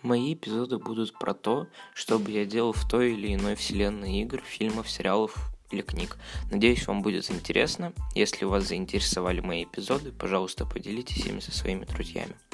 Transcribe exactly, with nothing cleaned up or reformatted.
Мои эпизоды будут про то, что бы я делал в той или иной вселенной игр, фильмов, сериалов или книг. Надеюсь, вам будет интересно. Если вас заинтересовали мои эпизоды, пожалуйста, поделитесь ими со своими друзьями.